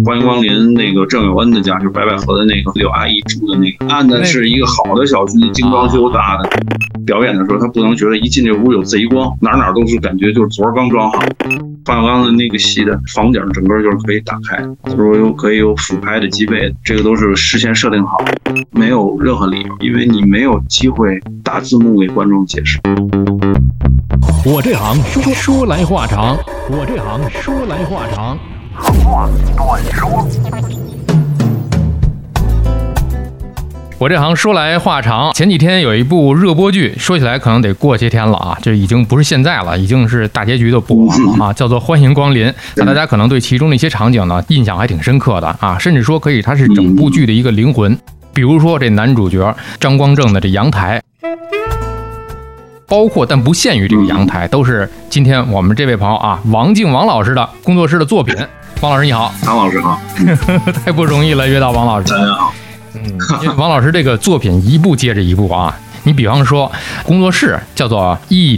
欢迎光临那个郑有恩的家，就是白百合的那个柳阿姨住的那个，按的是一个好的小区，精装修大的。表演的时候，他不能觉得一进这屋有贼光，哪都是感觉就是昨儿刚装好。冯小刚的那个戏的房顶整个就是可以打开，就是可以有俯拍的机背，这个都是事先设定好，没有任何理由，因为你没有机会大字幕给观众解释。 我这行说来话长，我这行说来话长。话短说。我这行说来话长，前几天有一部热播剧，说起来可能得过些天了啊，这已经不是现在了，已经是大结局都播完了啊，叫做《欢迎光临》。那大家可能对其中的一些场景呢印象还挺深刻的啊，甚至说可以它是整部剧的一个灵魂。比如说这男主角张光正的这阳台，包括但不限于这个阳台，都是今天我们这位朋友啊王静王老师的工作室的作品。王老师你好。 王老师好。 太不容易了，约到王老师。 大家好。 因为王老师这个作品一部接着一部啊，你比方说工作室叫做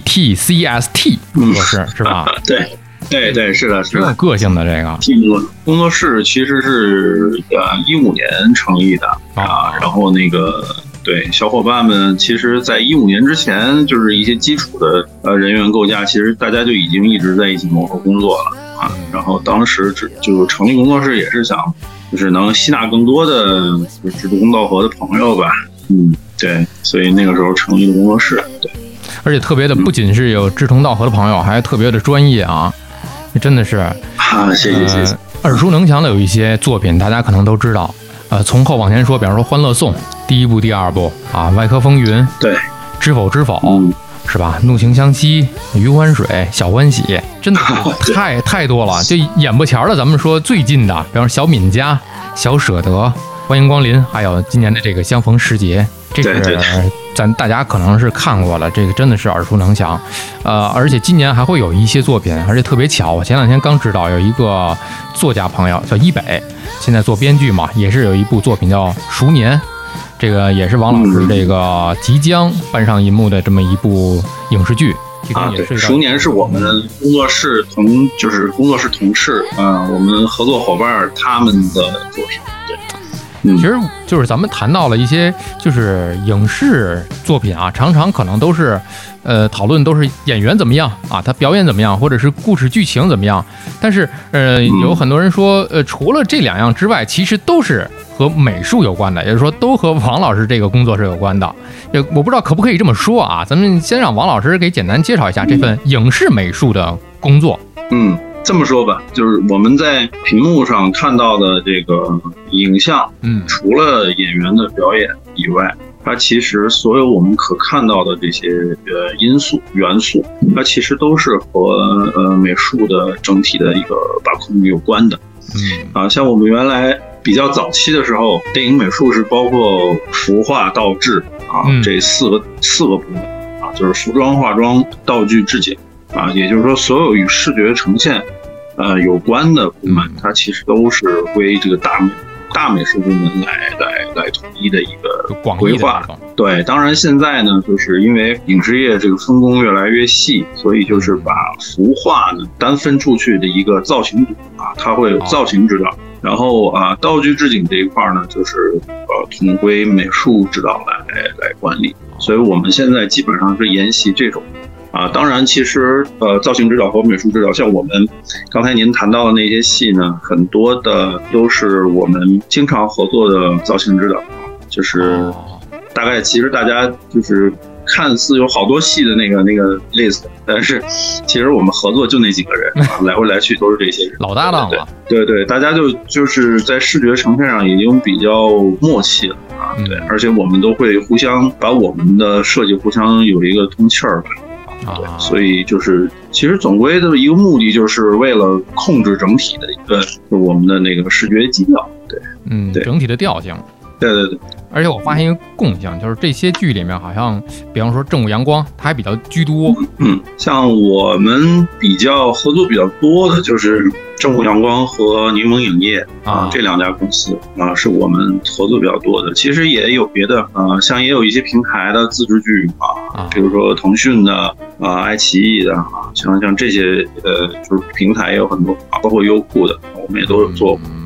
ETCST 工作室是吧？ 对，是的，是的， 挺有个性的这个。 工作室其实是15年成立的啊，然后那个对小伙伴们，其实在15年之前，就是一些基础的人员构架，其实大家就已经一直在一起谋划工作了啊。然后当时就成立工作室也是想。就是能吸纳更多的志同道合的朋友吧，对，所以那个时候成立了工作室，对， 而且特别的不仅是有志同道合的朋友，还特别的专业啊，真的是啊，谢谢。 耳熟能详的有一些作品，大家可能都知道，从后往前说，比方说《欢乐颂》第一部、第二部啊，《外科风云》 对， 知否知否。是吧？怒晴湘西、余欢水、小欢喜，真的太多了。就眼巴前的，咱们说最近的，比方说小敏家、小舍得、欢迎光临，还有今年的这个相逢时节，这是咱大家可能是看过了，这个真的是耳熟能详。而且今年还会有一些作品，而且特别巧，我前两天刚知道有一个作家朋友叫一北，现在做编剧嘛，也是有一部作品叫《熟年》。这个也是王老师这个即将搬上银幕的这么一部影视剧啊。对，熟年是我们工作室工作室同事我们合作伙伴他们的作品。对， 其实就是咱们谈到了一些就是影视作品啊，常常可能都是讨论都是演员怎么样啊，他表演怎么样，或者是故事剧情怎么样。但是有很多人说除了这两样之外，其实都是和美术有关的，也就是说都和王老师这个工作是有关的。我不知道可不可以这么说啊，咱们先让王老师给简单介绍一下这份影视美术的工作。 这么说吧，就是我们在屏幕上看到的这个影像，除了演员的表演以外，它其实所有我们可看到的这些因素元素，它其实都是和美术的整体的一个把控有关的。像我们原来比较早期的时候，电影美术是包括服化、道制啊这四个部分啊，就是服装、化妆、道具、置景啊，也就是说所有与视觉呈现有关的部门，它其实都是归这个大美术部门来统一的一个规划。对，当然现在呢，就是因为影视业这个分工越来越细，所以就是把服化呢单分出去的一个造型组啊，它会有造型指导。然后道具置景这一块呢，就是统归美术指导来管理。所以我们现在基本上是沿袭这种。当然，其实造型指导和美术指导，像我们刚才您谈到的那些戏呢，很多的都是我们经常合作的造型指导，就是大概其实大家就是看似有好多戏的那个 list， 但是其实我们合作就那几个人来回来去都是这些人， 老搭档了。 对，大家就是在视觉呈现上已经比较默契了啊。对，而且我们都会互相把我们的设计互相有一个通气儿吧。对，所以就是其实总归的一个目的，就是为了控制整体的一个就是我们的那个视觉基调。对， 整体的调性。 对。 而且我发现一个共性，就是这些剧里面好像，比方说正午阳光，它还比较居多。 像我们比较合作比较多的就是正午阳光和柠檬影业这两家公司是我们合作比较多的。其实也有别的像也有一些平台的自制剧比如说腾讯的爱奇艺的像这些就是平台也有很多包括优酷的，我们也都有做过。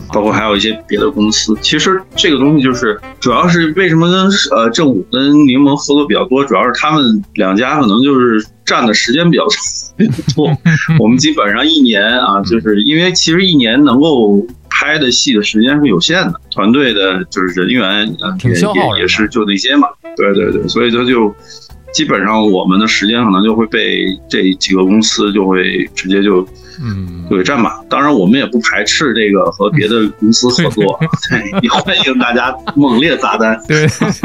包括还有一些别的公司。其实这个东西就是主要是为什么跟正午跟柠檬合作比较多，主要是他们两家可能就是占的时间比较多。我们基本上一年啊，就是因为其实一年能够拍的戏的时间是有限的，团队的就是人员也是就那些嘛。对对对，所以就基本上我们的时间可能就会被这几个公司就会直接就给占满。当然我们也不排斥这个和别的公司合作，对，也欢迎大家猛烈砸单。 对，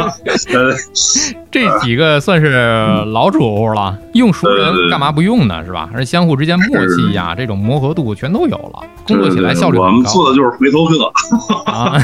这几个算是老主顾了，用熟人干嘛不用呢？是吧？而且相互之间默契呀，这种磨合度全都有了，工作起来效率很高。 我们做的就是回头客啊。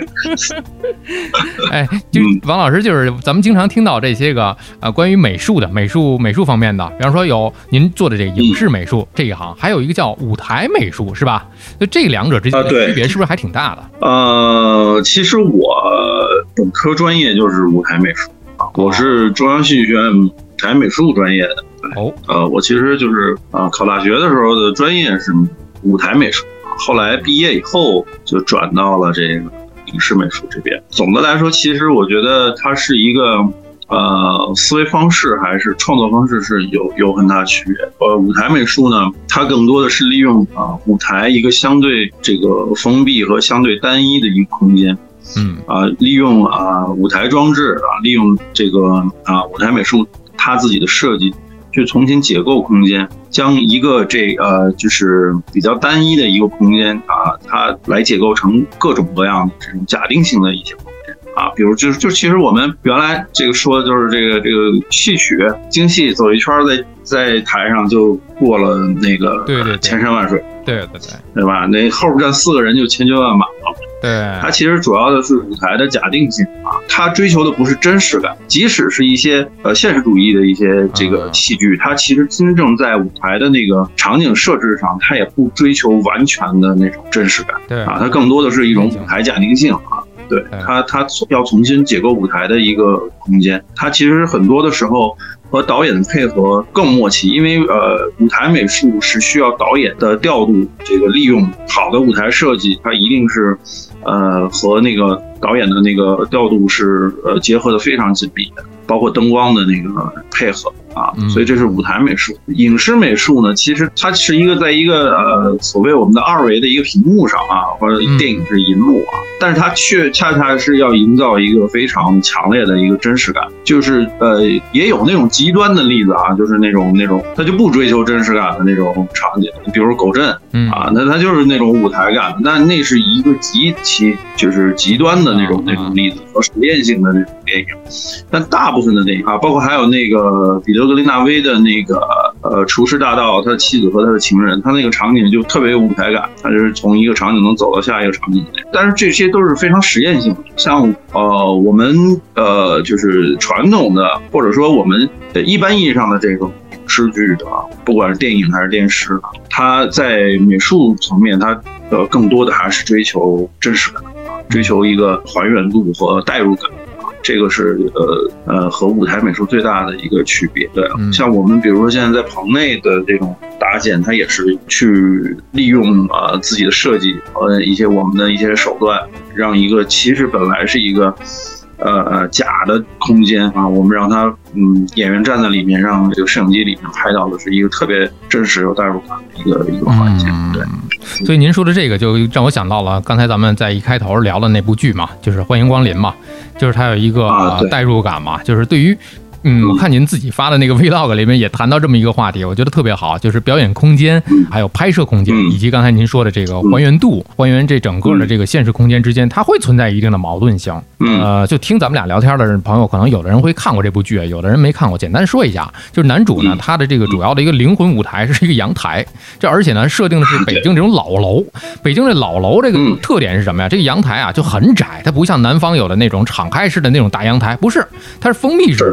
哎，就王老师，就是咱们经常听到这些个关于美术方面的，比方说有您做的这个影视美术这一行，还有一个叫舞台美术，是吧？就这两者之间的区别是不是还挺大的？ 其实我本科专业就是舞台美术，我是中央戏剧学院舞台美术专业的。我其实就是考大学的时候的专业是舞台美术，后来毕业以后就转到了这个影视美术这边。总的来说，其实我觉得它是一个思维方式还是创作方式是有很大区别。舞台美术呢，它更多的是利用舞台一个相对这个封闭和相对单一的一个空间，利用舞台装置利用这个舞台美术它自己的设计去重新解构空间，将一个就是比较单一的一个空间它来解构成各种各样的这种假定性的一些空间比如就其实我们原来这个说的就是这个戏曲京戏走一圈在台上就过了那个千山万水，对吧？那后边站4个人就千军万马了。 对， 它其实主要的是舞台的假定性它追求的不是真实感，即使是一些现实主义的一些这个戏剧，它其实真正在舞台的那个场景设置上，它也不追求完全的那种真实感， 对它更多的是一种舞台假定性对，它要重新解构舞台的一个空间，它其实很多的时候和导演的配合更默契，因为舞台美术是需要导演的调度，这个利用好的舞台设计，它一定是和那个导演的那个调度是结合的非常紧密的，包括灯光的那个配合所以这是舞台美术。影视美术呢，其实它是在一个所谓我们的2维的一个屏幕上或者电影是银幕但是它恰恰是要营造一个非常强烈的一个真实感，就是也有那种极端的例子就是那种它就不追求真实感的那种场景，比如狗镇那它就是那种舞台感的，但那是一个就是极端的那种例子和实验性的那种电影。但大部分的电影包括还有那个彼得格林纳威的那个厨师大盗，他的妻子和他的情人，他那个场景就特别有舞台感，他就是从一个场景能走到下一个场景。但是这些都是非常实验性的，像我们就是传统的或者说我们一般意义上的这种影视剧的不管是电影还是电视它在美术层面它更多的还是追求真实感追求一个还原度和代入感这个是和舞台美术最大的一个区别。对，像我们比如说现在在棚内的这种搭建，它也是去利用自己的设计和我们的一些手段，让一个其实本来是一个假的空间我们让它演员站在里面，让这个摄影机里面拍到的是一个特别真实有代入感的一个环境。对， 所以您说的这个就让我想到了刚才咱们在一开头聊的那部剧嘛，就是《欢迎光临》嘛，就是它有一个代入感嘛，就是对于我看您自己发的那个 vlog 里面也谈到这么一个话题，我觉得特别好，就是表演空间还有拍摄空间以及刚才您说的这个还原度还原这整个的这个现实空间之间它会存在一定的矛盾性。就听咱们俩聊天的朋友可能有的人会看过这部剧，有的人没看过，简单说一下，就是男主呢他的这个主要的一个灵魂舞台是一个阳台，这而且呢设定的是北京这种老楼，北京这老楼这个特点是什么呀？这个阳台就很窄，它不像南方有的那种敞开式的那种大阳台，不是，它是封闭式的阳台，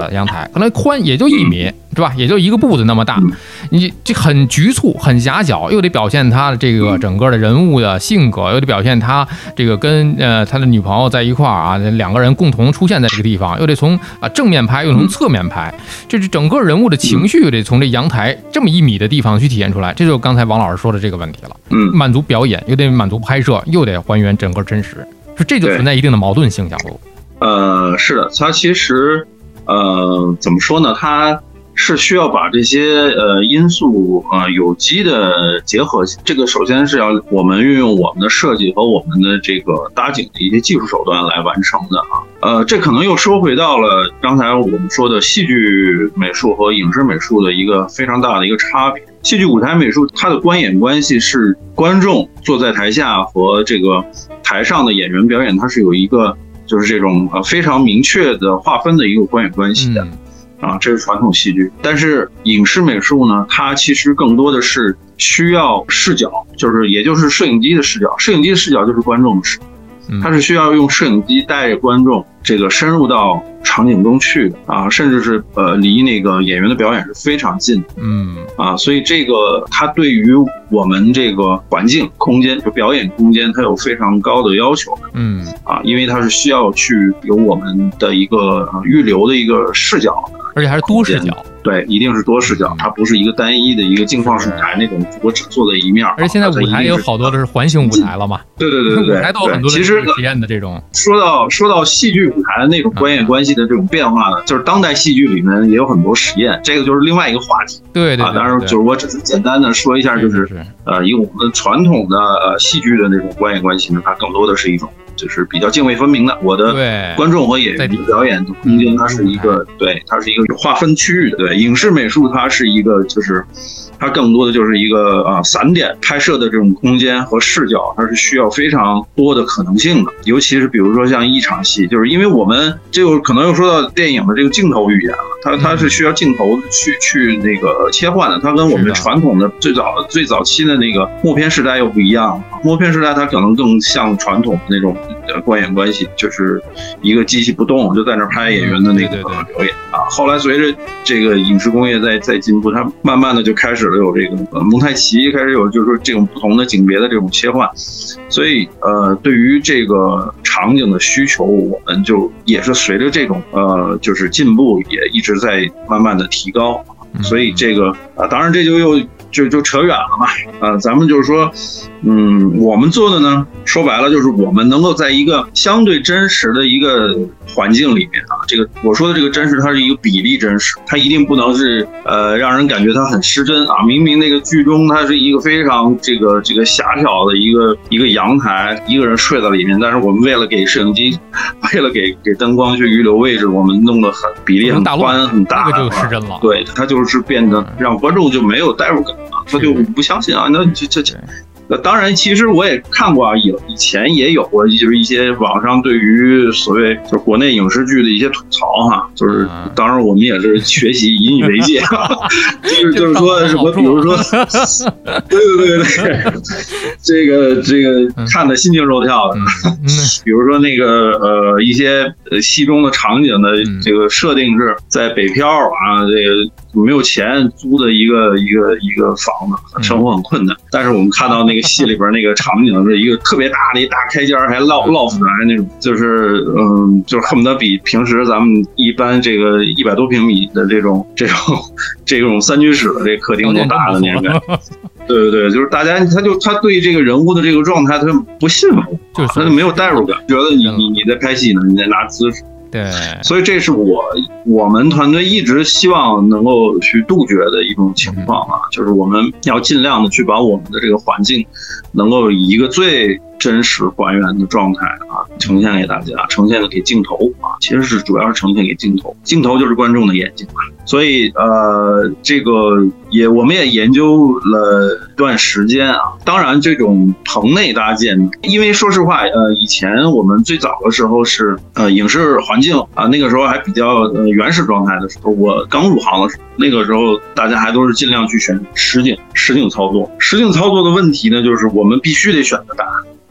台，可能宽也就1米，是吧？也就一个步子那么大，你这很局促、很狭小，又得表现他的这个整个的人物的性格，又得表现他这个跟他的女朋友在一块儿啊，2个人共同出现在这个地方，又得从正面拍，又从侧面拍，这是整个人物的情绪又得从这阳台这么1米的地方去体现出来，这就是刚才王老师说的这个问题了。满足表演，又得满足拍摄，又得还原整个真实，这就存在一定的矛盾性。小路， 是的，它其实怎么说呢？它是需要把这些因素有机的结合，这个首先是要我们运用我们的设计和我们的这个搭景的一些技术手段来完成的这可能又说回到了刚才我们说的戏剧美术和影视美术的一个非常大的一个差别。戏剧舞台美术它的观演关系是观众坐在台下和这个台上的演员表演，它是有一个就是这种非常明确的划分的一个观演关系的。这是传统戏剧。但是影视美术呢，它其实更多的是需要视角，也就是摄影机的视角，摄影机的视角就是观众的视角，它是需要用摄影机带着观众这个深入到场景中去的甚至是离那个演员的表演是非常近的所以这个它对于我们这个环境空间就表演空间它有非常高的要求的因为它是需要去有我们的一个预留的一个视角的， 而且还是多视角。 对，一定是多视角，它不是一个单一的一个镜框式舞台那种，我只坐在一面。 而且现在舞台也有好多都是环形舞台了嘛。 对， 舞台都有很多的体验的这种。 说到戏剧舞台的那种观演关系的这种变化呢，就是当代戏剧里面也有很多实验，这个就是另外一个话题。 对， 当然就是我只是简单的说一下，就是以我们传统的戏剧的那种观演关系呢，它更多的是一种就是比较泾渭分明的，我的观众和演员的表演的空间，它是一个它是一个有划分区域的。对，影视美术它是一个就是它更多的就是一个散点拍摄的这种空间和视角，它是需要非常多的可能性的。尤其是比如说像一场戏，就是因为我们就可能又说到电影的这个镜头语言了，它是需要镜头去那个切换的，它跟我们传统的最早期的那个默片时代又不一样。默片时代它可能更像传统的那种观演关系，就是一个机器不动就在那拍演员的那个表演后来随着这个影视工业在进步，它慢慢的就开始了有这个蒙太奇，开始有就是说这种不同的景别的这种切换，所以对于这个场景的需求，我们就也是随着这种就是进步也一直在慢慢的提高。所以这个当然这就扯远了嘛咱们就是说我们做的呢，说白了就是我们能够在一个相对真实的一个环境里面这个我说的这个真实，它是一个比例真实，它一定不能是让人感觉它很失真明明那个剧中它是一个非常这个狭小的一个阳台，一个人睡在里面，但是我们为了给摄影机，为了给灯光去预留位置，我们弄得很比例很宽很大， 那个就失真了。 对，它就是变得让观众就没有代入感了，他就不相信那当然，其实我也看过以前也有过，就是一些网上对于所谓就是国内影视剧的一些吐槽就是当然我们也是学习引以为戒就是说什么，比如说对，这个看得心惊肉跳的比如说那个一些戏中的场景的这个设定是在北漂这个没有钱租的一个房子，生活很困难，但是我们看到那个戏里边那个场景是一个特别大的一大开间，还落出来那种，就是就是恨不得比平时咱们一般这个100多平米的这种三居室的这客厅都大的那个对，就是大家他对这个人物的这个状态他不信服，他就没有代入感，觉得你在拍戏呢，你在拿姿势。 对， 所以这是我们团队一直希望能够去杜绝的一种情况就是我们要尽量的去把我们的这个环境能够以一个最真实还原的状态呈现给大家，呈现给镜头其实是主要是呈现给镜头，镜头就是观众的眼睛所以这个我们也研究了一段时间当然这种棚内搭建，因为说实话以前我们最早的时候是影视环境那个时候还比较原始状态的时候，我刚入行的时候，那个时候大家还都是尽量去选实景操作。实景操作的问题呢，就是我们必须得选择大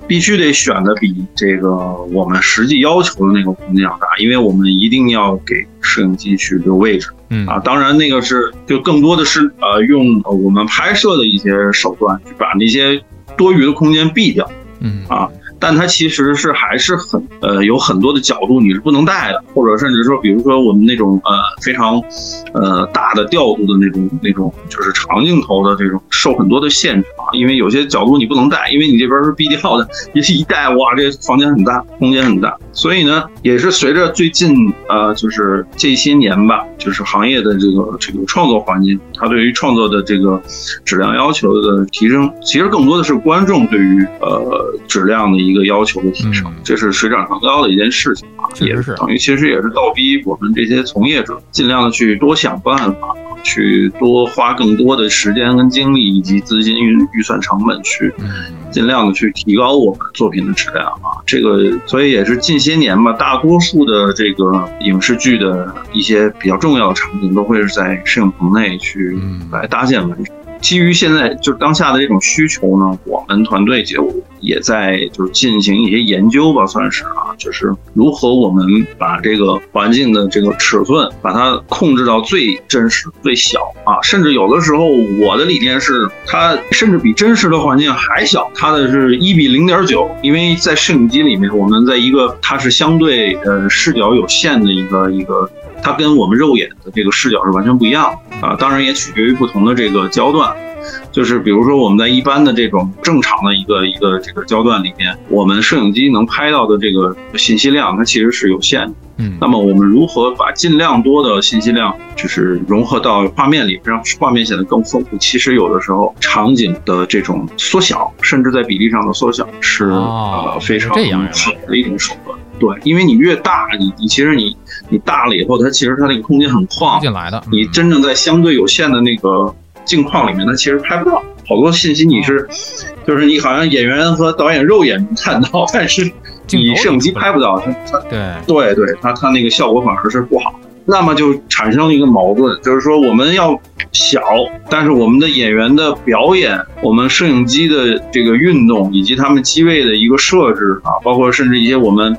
必须得选的比这个我们实际要求的那个空间要大，因为我们一定要给摄影机去留位置。当然那个是就更多的是用我们拍摄的一些手段去把那些多余的空间避掉。但它其实是还是有很多的角度你是不能带的，或者甚至说比如说我们那种非常大的调度的那种就是长镜头的这种受很多的限制因为有些角度你不能带，因为你这边是避掉的，也是一带哇这房间很大，空间很大。所以呢也是随着最近就是这些年吧，就是行业的这个创作环境，它对于创作的这个质量要求的提升，其实更多的是观众对于质量的一个要求的提升，这是水涨船高的一件事情也是等于其实也是倒逼我们这些从业者尽量的去多想办法，去多花更多的时间跟精力以及资金预算成本去尽量的去提高我们作品的质量这个所以也是近些年吧，大多数的这个影视剧的一些比较重要的场景都会是在摄影棚内去来搭建完成。基于现在就是当下的这种需求呢，我们团队也在就是进行一些研究吧，算是就是如何我们把这个环境的这个尺寸把它控制到最真实最小甚至有的时候我的理念是它甚至比真实的环境还小，它的是1:0.9，因为在摄影机里面我们在一个它是相对视角有限的一个它跟我们肉眼的这个视角是完全不一样的当然也取决于不同的这个焦段，就是比如说我们在一般的这种正常的一个这个焦段里面，我们摄影机能拍到的这个信息量它其实是有限的。那么我们如何把尽量多的信息量就是融合到画面里，让画面显得更丰富，其实有的时实场景的这种缩小，甚至在比例上的缩小是非常好的一种手段。对，因为你越大，你其实你大了以后，它其实它那个空间很旷进来的，你真正在相对有限的那个镜框里面，它其实拍不到好多信息。你是就是你好像演员和导演肉眼能看到，但是你摄影机拍不到，对，它那个效果反而是不好。那么就产生一个矛盾，就是说我们要小，但是我们的演员的表演，我们摄影机的这个运动，以及他们机位的一个设置包括甚至一些我们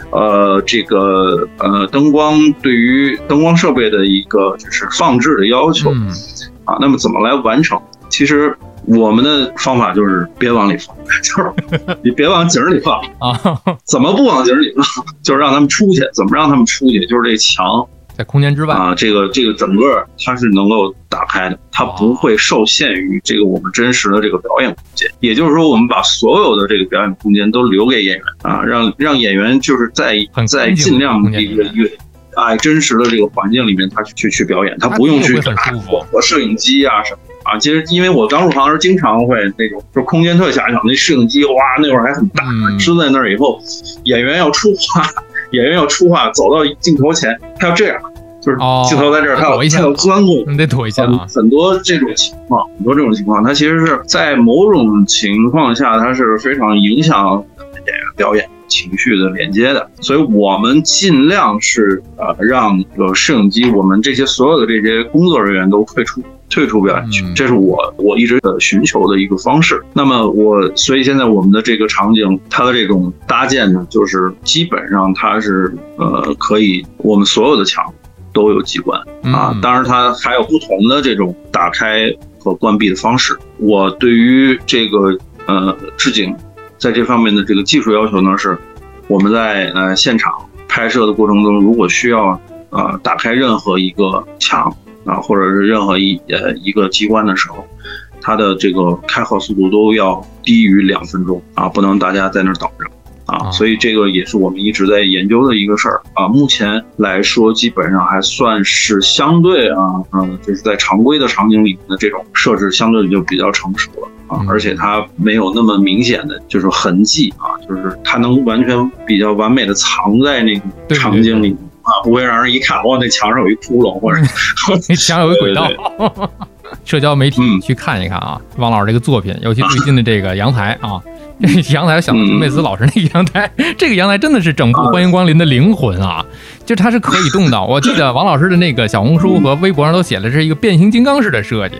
灯光对于灯光设备的一个就是放置的要求那么怎么来完成？其实我们的方法就是别往里放，就是你别往景里放怎么不往景里放？就是让他们出去。怎么让他们出去？就是这墙在空间之外这个整个它是能够打开的，它不会受限于这个我们真实的这个表演空间。也就是说，我们把所有的这个表演空间都留给演员让演员就是在尽量一个真实的这个环境里面，他去表演，他不用去和摄影机什么其实因为我刚入行时经常会那种，就空间特狭小，那摄影机那会儿还很大，支在那儿以后，演员要出画，走到镜头前，他要这样，就是镜头在这儿，他要钻过， 你得躲一下很多这种情况，它其实是在某种情况下，它是非常影响演员表演情绪的连接的。所以我们尽量是让摄影机，我们这些所有的这些工作人员都退出表演区，这是我一直寻求的一个方式。那么所以现在我们的这个场景，它的这种搭建呢，就是基本上它是可以，我们所有的墙都有机关当然它还有不同的这种打开和关闭的方式。我对于这个置景在这方面的这个技术要求呢，是我们在现场拍摄的过程中，如果需要打开任何一个墙或者是任何一个机关的时候，它的这个开合速度都要低于2分钟不能大家在那儿等着所以这个也是我们一直在研究的一个事儿目前来说，基本上还算是相对就是在常规的场景里面的这种设置相对就比较成熟了而且它没有那么明显的就是痕迹就是它能完全比较完美的藏在那个场景里不会让人一看那墙上有一窟窿，或者那墙有一轨道。社交媒体去看一看汪老师这个作品，尤其最近的这个阳台这阳台想到陈佩斯老师那个阳台，这个阳台真的是整部《欢迎光临》的灵魂就它是可以动的。我记得王老师的那个小红书和微博上都写的是一个变形金刚式的设计，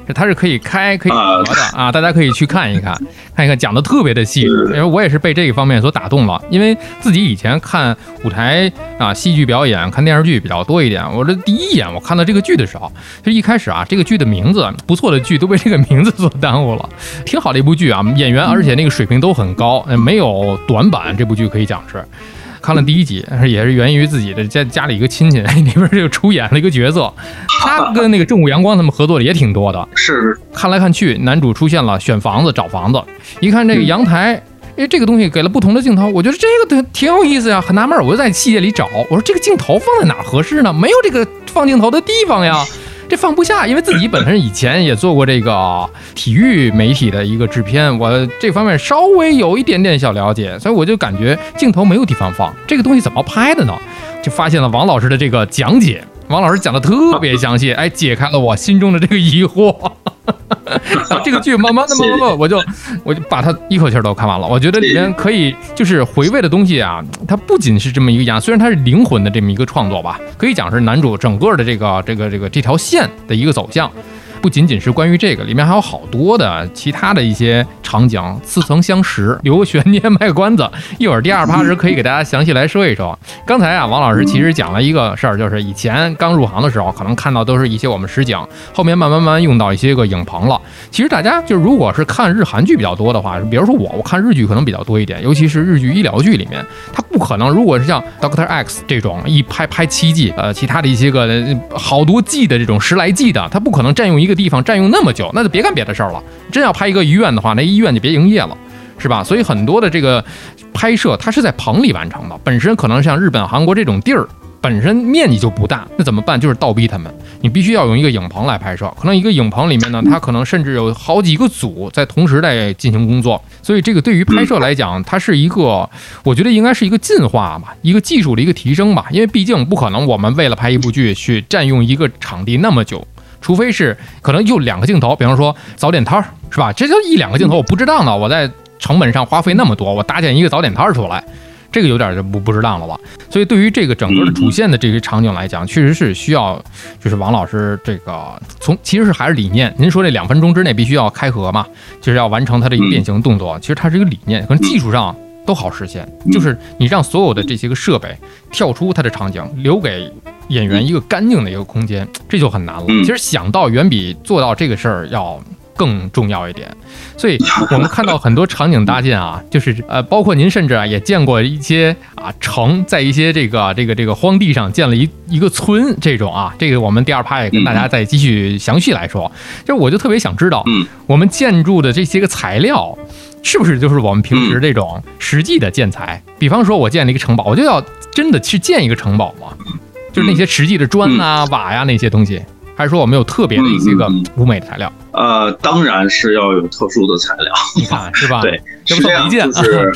它是可以开可以合的啊，大家可以去看一看，讲的特别的细致。因为我也是被这个方面所打动了，因为自己以前看舞台啊、戏剧表演、看电视剧比较多一点。我这第一眼我看到这个剧的时候，就一开始啊，这个剧的名字不错的剧都被这个名字所耽误了，挺好的一部剧啊，演员而且那个水平都很高，没有短板。这部剧可以讲是。看了第一集，也是源于自己的家里一个亲戚里边就出演了一个角色，他跟那个正午阳光他们合作的也挺多的。 是看来看去，男主出现了选房子找房子，一看这个阳台，这个东西给了不同的镜头，我觉得这个挺有意思呀，很纳闷。我就在细节里找，我说这个镜头放在哪合适呢？没有这个放镜头的地方呀。这放不下，因为自己本身以前也做过这个体育媒体的一个制片，我这方面稍微有一点点小了解，所以我就感觉镜头没有地方放，这个东西怎么拍的呢？就发现了王老师的这个讲解，王老师讲的特别详细，解开了我心中的这个疑惑。这个剧慢慢的，我就把它一口气都看完了。我觉得里面可以就是回味的东西啊，它不仅是这么一个样，虽然它是灵魂的这么一个创作吧，可以讲是男主整个的这条线的一个走向。不仅仅是关于这个，里面还有好多的其他的一些场景，似曾相识，留个悬念，卖个关子。一会儿第二趴时可以给大家详细来说一说。刚才啊，王老师其实讲了一个事儿，就是以前刚入行的时候，可能看到都是一些我们实景，后面慢慢用到一些个影棚了。其实大家就如果是看日韩剧比较多的话，比如说我看日剧可能比较多一点，尤其是日剧医疗剧里面，它不可能，如果是像 Dr. X 这种一拍7季，其他的一些个好多季的这种10来季的，它不可能占用一个地方占用那么久，那就别干别的事儿了。真要拍一个医院的话，那医院就别营业了，是吧？所以很多的这个拍摄它是在棚里完成的，本身可能像日本、韩国这种地儿本身面积就不大，那怎么办？就是倒逼他们，你必须要用一个影棚来拍摄。可能一个影棚里面呢，它可能甚至有好几个组在同时在进行工作，所以这个对于拍摄来讲，它是一个，我觉得应该是一个进化吧，一个技术的一个提升吧。因为毕竟不可能我们为了拍一部剧去占用一个场地那么久。除非是可能就2个镜头，比方说早点摊是吧？这就1、2个镜头，我不值当的，我在成本上花费那么多，我搭建一个早点摊出来，这个有点就不值当了吧？所以对于这个整个的主线的这个场景来讲，确实是需要，就是王老师这个其实是还是理念。您说这2分钟之内必须要开合嘛，就是要完成它的一个变形动作，其实它是一个理念，可能技术上都好实现，就是你让所有的这些个设备跳出它的场景，留给演员一个干净的一个空间，这就很难了。其实想到远比做到这个事儿要更重要一点。所以我们看到很多场景搭建啊，就是包括您甚至啊也见过一些啊城在一些这个荒地上建了一个村这种啊，这个我们第2趴也跟大家再继续详细来说。就我就特别想知道，我们建筑的这些个材料。是不是就是我们平时这种实际的建材？比方说，我建了一个城堡，我就要真的去建一个城堡吗？就是那些实际的砖啊、瓦呀那些东西，还是说我们有特别的一些个舞美的材料？ 当然是要有特殊的材料。 你看是吧？ 对， 这不算违建， 就是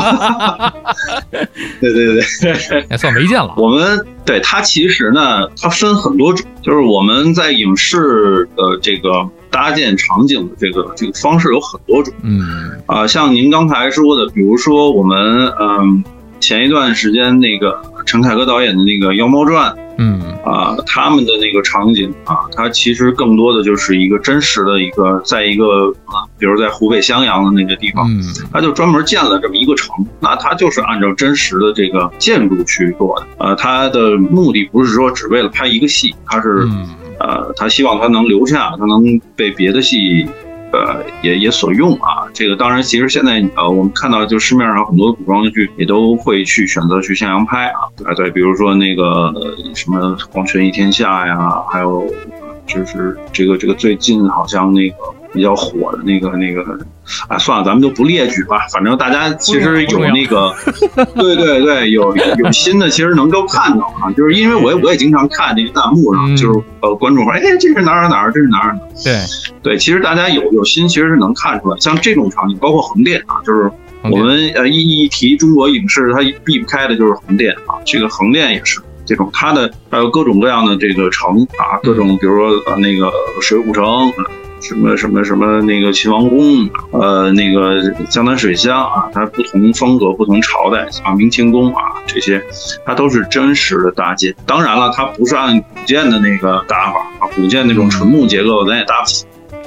对， 也算违建了。 我们对它其实呢，它分很多种，就是我们在影视的这个。搭建场景的这个方式有很多种，像您刚才说的，比如说我们前一段时间那个陈凯歌导演的那个《妖猫传》，他们的那个场景啊，它其实更多的就是一个真实的一个，在一个比如在湖北襄阳的那个地方，他就专门建了这么一个城，那他就是按照真实的这个建筑去做的，他的目的不是说只为了拍一个戏，他是。他希望他能留下，他能被别的戏，也所用啊。这个当然，其实现在我们看到就市面上很多古装剧也都会去选择去襄阳拍啊。对，比如说那个什么《黄泉一天下》呀，还有就是这个最近好像那个比较火的那个，算了，咱们就不列举吧。反正大家其实有那个，对，有新的，其实能够看到啊。就是因为我也经常看那个弹幕上，就是观众说，这是哪儿，这是哪儿。对，其实大家有心，其实是能看出来。像这种场景，包括横店啊，就是我们一提中国影视，它避不开的就是横店啊。这个横店也是。这种它的还有各种各样的这个城啊，各种比如说那个水浒城，什么那个秦王宫，那个江南水乡啊，它不同风格、不同朝代啊，明清宫啊这些，它都是真实的搭建。当然了，它不是按古建的那个搭法啊，古建那种纯木结构咱也搭不起。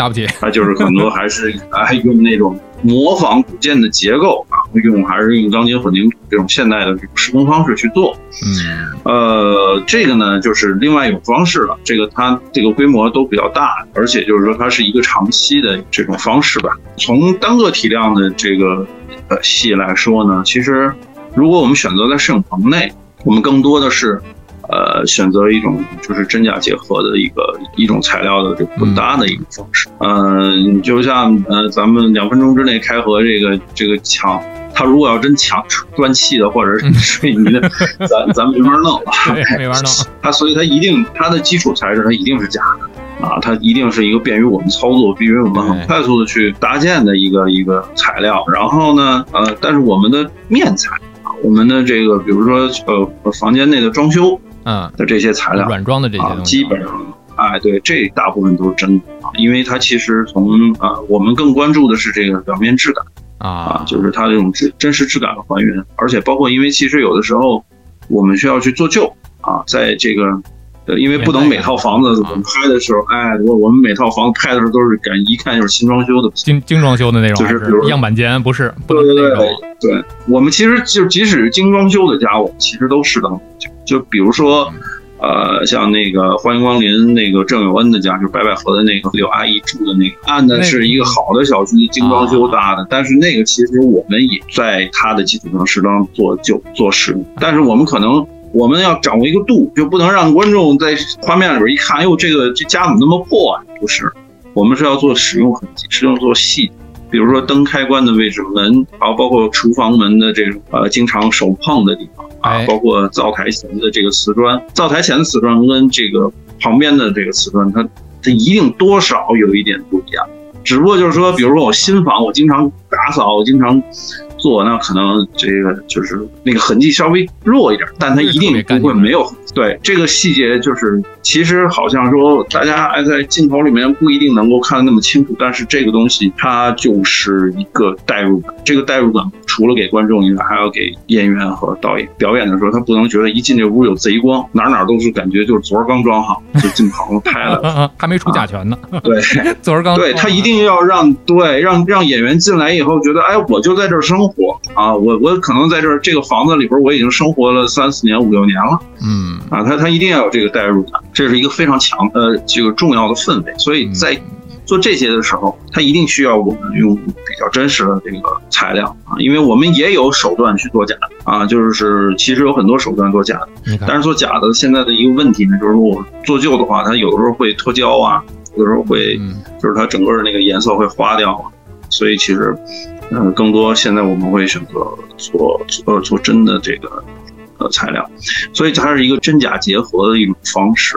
打不起。 它就是很多还是用那种模仿古建的结构啊，还是用钢筋混凝土这种现代的这种施工方式去做。这个呢就是另外一种方式了，它这个规模都比较大，而且就是说它是一个长期的这种方式吧。从单个体量的这个戏来说呢，其实如果我们选择在摄影棚内，我们更多的是选择一种就是真假结合的一种材料的这个混搭的一个方式。就像咱们2分钟之内开合这个墙，它如果要真墙砖砌的或者是水泥的，咱没法弄了， 没法弄。 所以它的基础材质它一定是假的啊，它一定是一个便于我们操作、便于我们很快速的去搭建的一个材料。然后呢，但是我们的面材啊，我们的这个比如说房间内的装修的这些材料， 软装的这些东西， 基本上对，这大部分都是真的啊，因为它其实从我们更关注的是这个表面质感就是它这种真实质感的还原，而且包括因为其实有的时候我们需要去做旧在这个因为不能每套房子我们拍的时候，我们每套房子拍的时候都是一看就是新装修的， 精装修的那种， 就是比如样板间不是， 对，我们其实就即使精装修的家，我们其实都适当就比如说。像那个欢迎光临那个郑有恩的家，就是白百合的那个柳阿姨住的那个，按的是一个好的小区，精装修搭的，但是那个其实我们也在它的基础上适当做使用，但是我们要掌握一个度，就不能让观众在画面里边一看，哎呦这家怎么那么破啊？不是，我们是要做使用痕迹，是要做细。比如说灯开关的位置、门，然后包括厨房门的这种经常手碰的地方包括灶台前的这个瓷砖，灶台前的瓷砖跟这个旁边的这个瓷砖，它一定多少有一点不一样。只不过就是说，比如说我新房，我经常打扫，我经常做，那可能这个就是那个痕迹稍微弱一点，但它一定不会没有。对，这个细节就是其实好像说大家在镜头里面不一定能够看得那么清楚，但是这个东西它就是一个代入感。这个代入感除了给观众以外，还要给演员和导演。表演的时候，他不能觉得一进这屋有贼光，哪都是感觉就是昨儿刚装好就进棚拍了， 还没出甲醛呢。 对， 昨儿刚。 对，他一定要让演员进来以后觉得，我就在这儿生活啊，我可能在这个房子里边我已经生活了3-4年、5-6年了。他一定要有这个代入感，这是一个非常强这个重要的氛围。所以在做这些的时候，他一定需要我们用比较真实的这个材料因为我们也有手段去做假的就是其实有很多手段做假的，但是做假的现在的一个问题呢，就是说我做旧的话，它有的时候会脱胶有的时候会就是它整个的那个颜色会花掉所以其实更多现在我们会选择做真的这个材料，所以它是一个真假结合的一种方式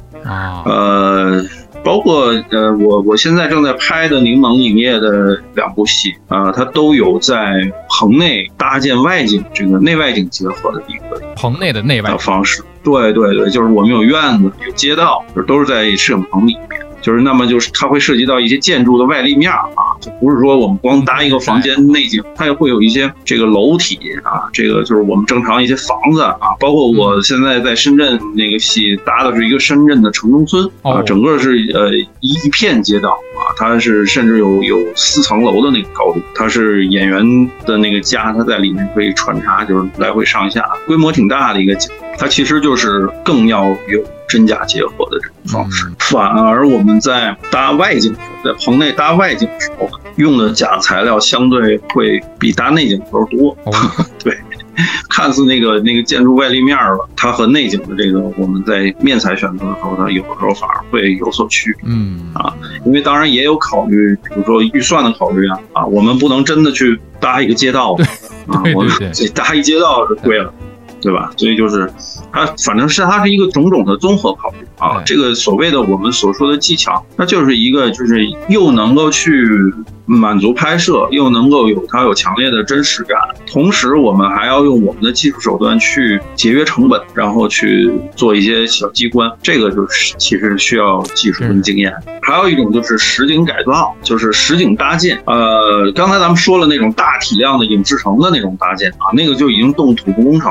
包括我现在正在拍的柠檬影业的2部戏它都有在棚内搭建外景，这个内外景结合的一个棚内的内外方式。对，就是我们有院子有街道，都是在摄影棚里面。就是那么就是它会涉及到一些建筑的外立面就不是说我们光搭一个房间内景，它也会有一些这个楼体这个就是我们正常一些房子包括我现在在深圳那个戏搭的是一个深圳的城中村整个是一片街道它是甚至有4层楼的那个高度，它是演员的那个家，它在里面可以穿插，就是来回上下，规模挺大的一个景。它其实就是更要有真假结合的这种方式。反而我们在搭外景，在棚内搭外景的时候，用的假材料相对会比搭内景的时候多。对，看似那个建筑外立面了，它和内景的这个我们在面材选择的时候，它有的时候反而会有所区别。因为当然也有考虑，比如说预算的考虑我们不能真的去搭一个街道我们搭一街道是贵了。对吧？所以就是它，反正是它是一个种种的综合考虑这个所谓的我们所说的技巧，它就是一个就是又能够去满足拍摄，又能够它有强烈的真实感，同时我们还要用我们的技术手段去节约成本，然后去做一些小机关，这个就是其实需要技术跟经验。还有一种就是实景改造，就是实景搭建。刚才咱们说了那种大体量的影视城的那种搭建那个就已经动土木工程了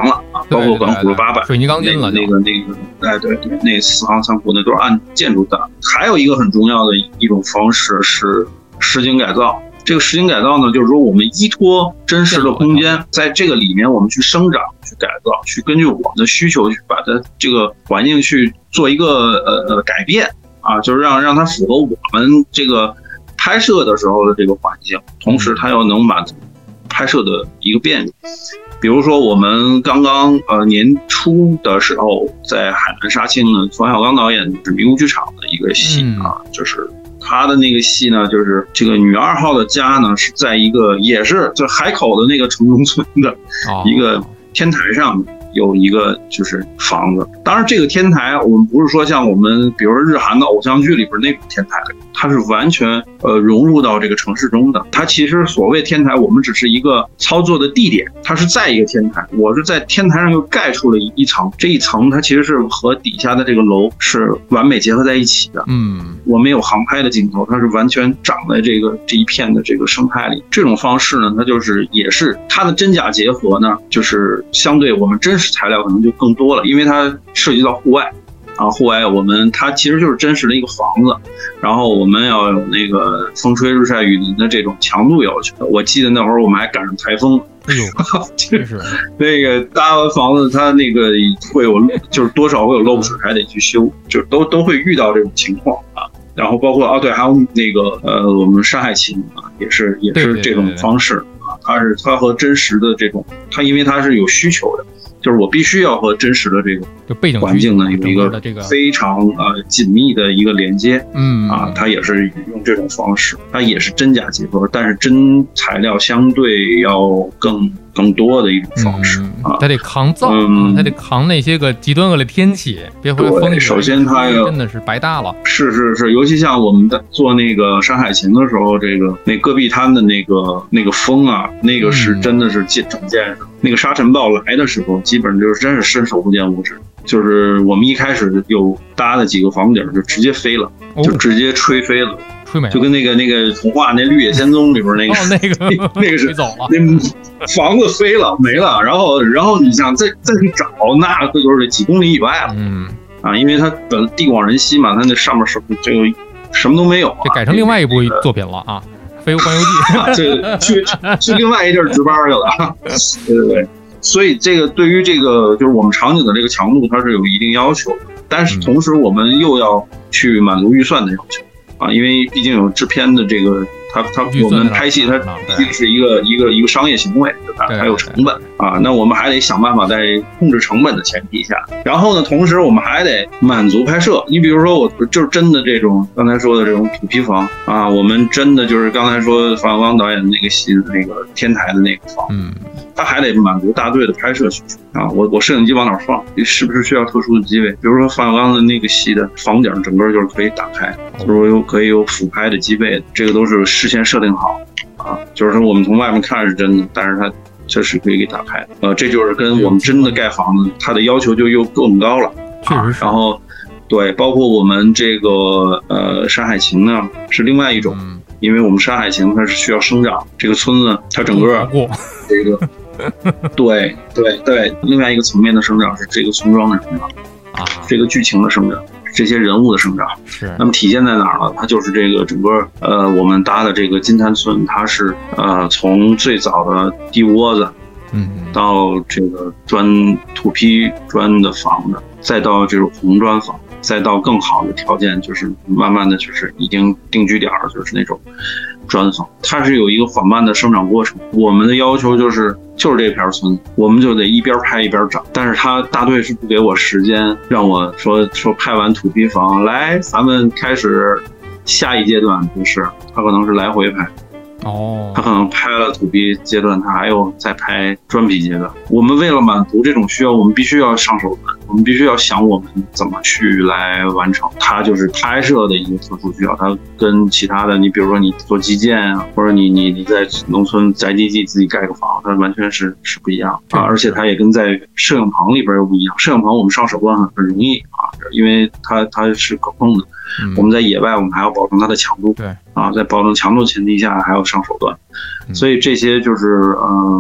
包括钢骨800 水泥钢筋了， 那个，哎，对，那4行仓库那都是按建筑的。还有一个很重要的一种方式是实景改造。这个实景改造呢，就是说我们依托真实的空间，在这个里面我们去生长、去改造、去根据我们的需求去把它这个环境去做一个改变啊，就是让它符合我们这个拍摄的时候的这个环境，同时它又能满足拍摄的一个便利。比如说我们刚刚年初的时候，在海南杀青呢，冯小刚导演是迷雾剧场的一个戏啊，就是他的那个戏呢，就是这个女2号的家呢是在一个也是就海口的那个城中村的一个天台上有一个就是房子。当然这个天台我们不是说像我们比如说日韩的偶像剧里边那种天台，它是完全融入到这个城市中的。它其实所谓天台，我们只是一个操作的地点，它是在一个天台，我是在天台上又盖出了一层，这一层它其实是和底下的这个楼是完美结合在一起的。我们有航拍的镜头，它是完全长在这一片的这个生态里。这种方式呢，它就是也是它的真假结合呢，就是相对我们真实材料可能就更多了，因为它涉及到户外啊，户外它其实就是真实的一个房子，然后我们要有那个风吹日晒雨淋的这种强度要求。我记得那会儿我们还赶上台风， 就是那个搭完房子，它那个会有就是多少会有漏水，还得去修，就都会遇到这种情况啊。然后包括对，还有那个我们山海情啊，也是这种方式啊，它和真实的这种，它因为它是有需求的。就是我必须要和真实的这个环境呢有一个非常紧密的一个连接，它也是用这种方式，它也是真假结合，但是真材料相对要更多的一种方式啊， 它得抗造，它得扛那些个极端恶劣天气，别回来风雨。 首先它真的是白搭了， 是，尤其像我们在做那个山海情的时候，那戈壁滩的那个风啊，那个是真的是整件那个沙尘暴来的时候，基本上就是真是伸手不见五指。就是我们一开始有搭的几个房顶就直接飞了，就直接吹飞了。就跟那个童话那《绿野仙踪》里边那个那个是走了， 那房子飞了没了，然后你想再去找，那就是几公里以外了，因为它地广人稀嘛，它那上面这个什么都没有， 这改成另外一部作品了啊，《飞游环游记》 这去另外一地儿值班去了，对，所以这个对于这个就是我们场景的这个强度，它是有一定要求的，但是同时我们又要去满足预算的要求。因为毕竟有制片的这个，我们拍戏它毕竟是一个商业行为，对吧？还有成本啊，那我们还得想办法在控制成本的前提下，然后呢，同时我们还得满足拍摄。你比如说，我就是真的这种刚才说的这种土坯房啊，我们真的就是刚才说冯小刚导演那个戏的那个天台的那个房，他还得满足大队的拍摄需求啊。我摄影机往哪放？是不是需要特殊的机位？比如说冯小刚的那个戏的房顶整个就是可以打开，就是可以有俯拍的机位，这个都是事先设定好啊。就是说我们从外面看是真的，但是它这是可以给打开。这就是跟我们真的盖房子，它的要求就又更高了。 确实是。 然后对，包括我们这个山海情呢是另外一种，因为我们山海情它是需要生长，这个村子它整个这个。对，另外一个层面的生长是这个村庄的生长啊，这个剧情的生长，这些人物的生长是。那么体现在哪儿呢？它就是这个整个我们搭的这个金滩村，它是从最早的地窝子，到这个土坯砖的房子，再到这种红砖房，再到更好的条件，就是慢慢的就是已经定居点了，就是那种砖房，它是有一个缓慢的生长过程。我们的要求就是这片村，我们就得一边拍一边长。但是他大队是不给我时间，让我说拍完土坯房来，咱们开始下一阶段，就是他可能是来回拍。他可能拍了土坯阶段，他还有再拍砖坯阶段。我们为了满足这种需要，我们必须要上手段，我们必须要想我们怎么去来完成。它就是拍摄的一个特殊需要，它跟其他的，你比如说你做基建啊，或者你在农村宅基地自己盖个房，它完全是不一样啊。而且它也跟在摄影棚里边又不一样。摄影棚我们上手段很容易啊，因为它是可控的。我们在野外，我们还要保证它的强度， 对啊， 在保证强度前提下还要上手段，所以这些就是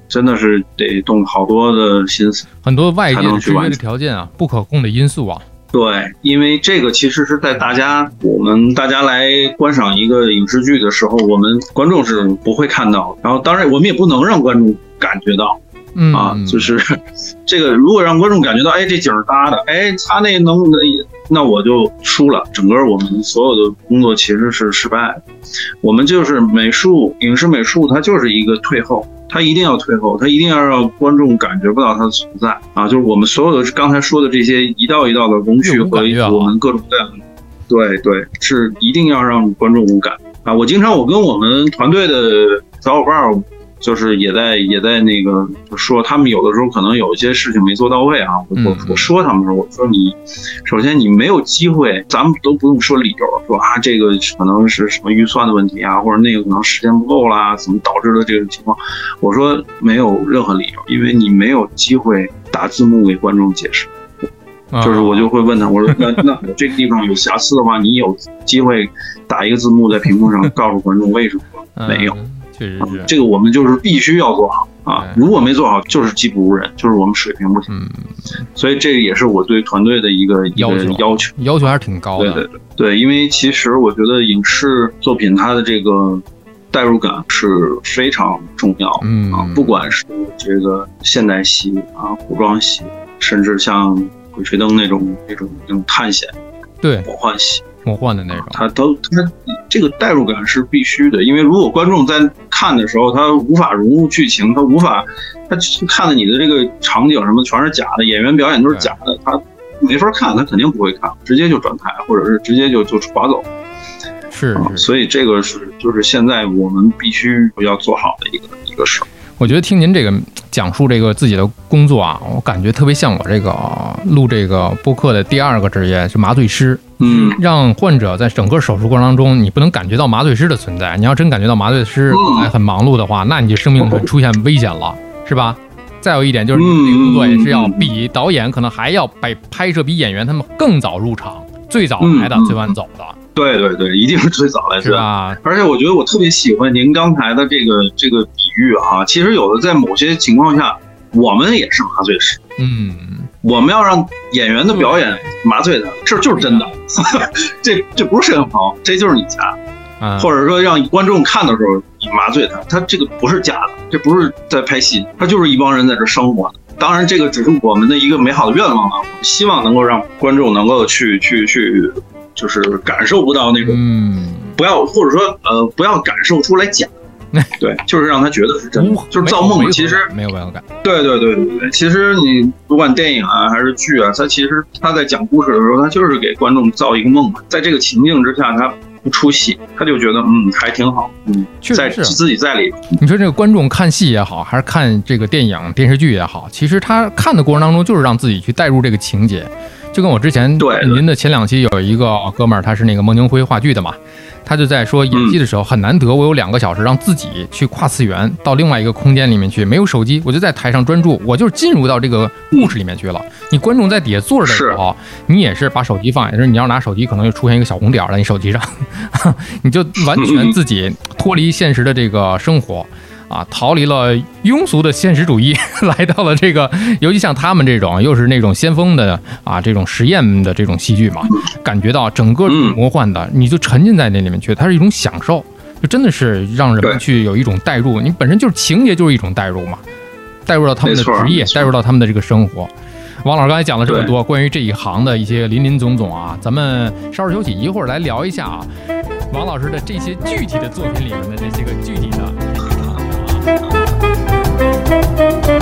真的是得动好多的心思， 很多外界制约的条件啊，不可控的因素啊。 对，因为这个其实是在我们大家来观赏一个影视剧的时候，我们观众是不会看到，然后当然我们也不能让观众感觉到。就是这个，如果让观众感觉到，哎，这景搭的，哎，他那我就输了，整个我们所有的工作其实是失败的。我们就是影视美术，它就是一个退后，它一定要退后，它一定要让观众感觉不到它的存在啊！就是我们所有的刚才说的这些一道一道的工序和我们各种各样的，对，是一定要让观众无感啊！我跟我们团队的小伙伴。就是也在那个说，他们有的时候可能有一些事情没做到位啊。我说他们说，我说你首先你没有机会，咱们都不用说理由，说啊这个可能是什么预算的问题啊，或者那个可能时间不够啦，怎么导致的这个情况。我说没有任何理由，因为你没有机会打字幕给观众解释。就是我就会问他，我说那我这个地方有瑕疵的话，你有机会打一个字幕在屏幕上告诉观众为什么没有。 确实是， 这个我们就是必须要做好啊！如果没做好，就是技不如人，就是我们水平不行。所以这个也是我对团队的一个要求还是挺高的。 对，因为其实我觉得影视作品它的这个代入感是非常重要不管是这个现代戏啊、古装戏，甚至像《鬼吹灯》那种探险、魔幻戏。 魔幻的那种， 它这个代入感是必须的，因为如果观众在看的时候，他无法融入剧情，他看的你的这个场景什么全是假的，演员表演都是假的，他没法看，他肯定不会看，直接就转台，或者是直接就划走。 是， 所以这个就是现在我们必须要做好的一个事。 我觉得听您这个讲述这个自己的工作啊，我感觉特别像我这个录这个播客的第二个职业是麻醉师。让患者在整个手术过程当中，你不能感觉到麻醉师的存在。你要真感觉到麻醉师很忙碌的话，那你的生命会出现危险了，是吧？再有一点就是，你这个工作也是要比导演可能还要拍摄比演员他们更早入场，最早来的，最晚走的。 对，一定是最早来， 是吧？ 而且我觉得我特别喜欢您刚才的这个比喻啊。其实有的在某些情况下，我们也是麻醉师。我们要让演员的表演麻醉他，这就是真的。这不是摄影棚，这就是你家。或者说让观众看的时候，你麻醉他这个不是假的，这不是在拍戏，他就是一帮人在这生活。当然，这个只是我们的一个美好的愿望了。我们希望能够让观众能够去，就是感受不到那种，不要或者说不要感受出来假。对，就是让他觉得是真的，就是造梦。其实没有违和感。 对，其实你不管电影啊还是剧啊，他在讲故事的时候，他就是给观众造一个梦嘛。在这个情境之下，他不出戏，他就觉得还挺好，在自己在里。 你说这个观众看戏也好，还是看这个电影电视剧也好，其实他看的过程当中就是让自己去带入这个情节。就跟我之前您的前2期有一个哥们儿，他是那个孟京辉话剧的嘛，他就在说演戏的时候很难得，我有2个小时让自己去跨次元到另外一个空间里面去，没有手机，我就在台上专注，我就是进入到这个故事里面去了。你观众在底下坐着的时候，你也是把手机放下，就是你要拿手机，可能就出现一个小红点在你手机上，你就完全自己脱离现实的这个生活。逃离了庸俗的现实主义，来到了这个，尤其像他们这种又是那种先锋的这种实验的这种戏剧嘛，感觉到整个魔幻的，你就沉浸在那里面去，它是一种享受，就真的是让人们去有一种代入。你本身就是情节就是一种代入嘛，带入到他们的职业，带入到他们的这个生活。王老师刚才讲了这么多关于这一行的一些林林总总啊，咱们稍事休息，一会儿来聊一下王老师的这些具体的作品里面的这些个具体的。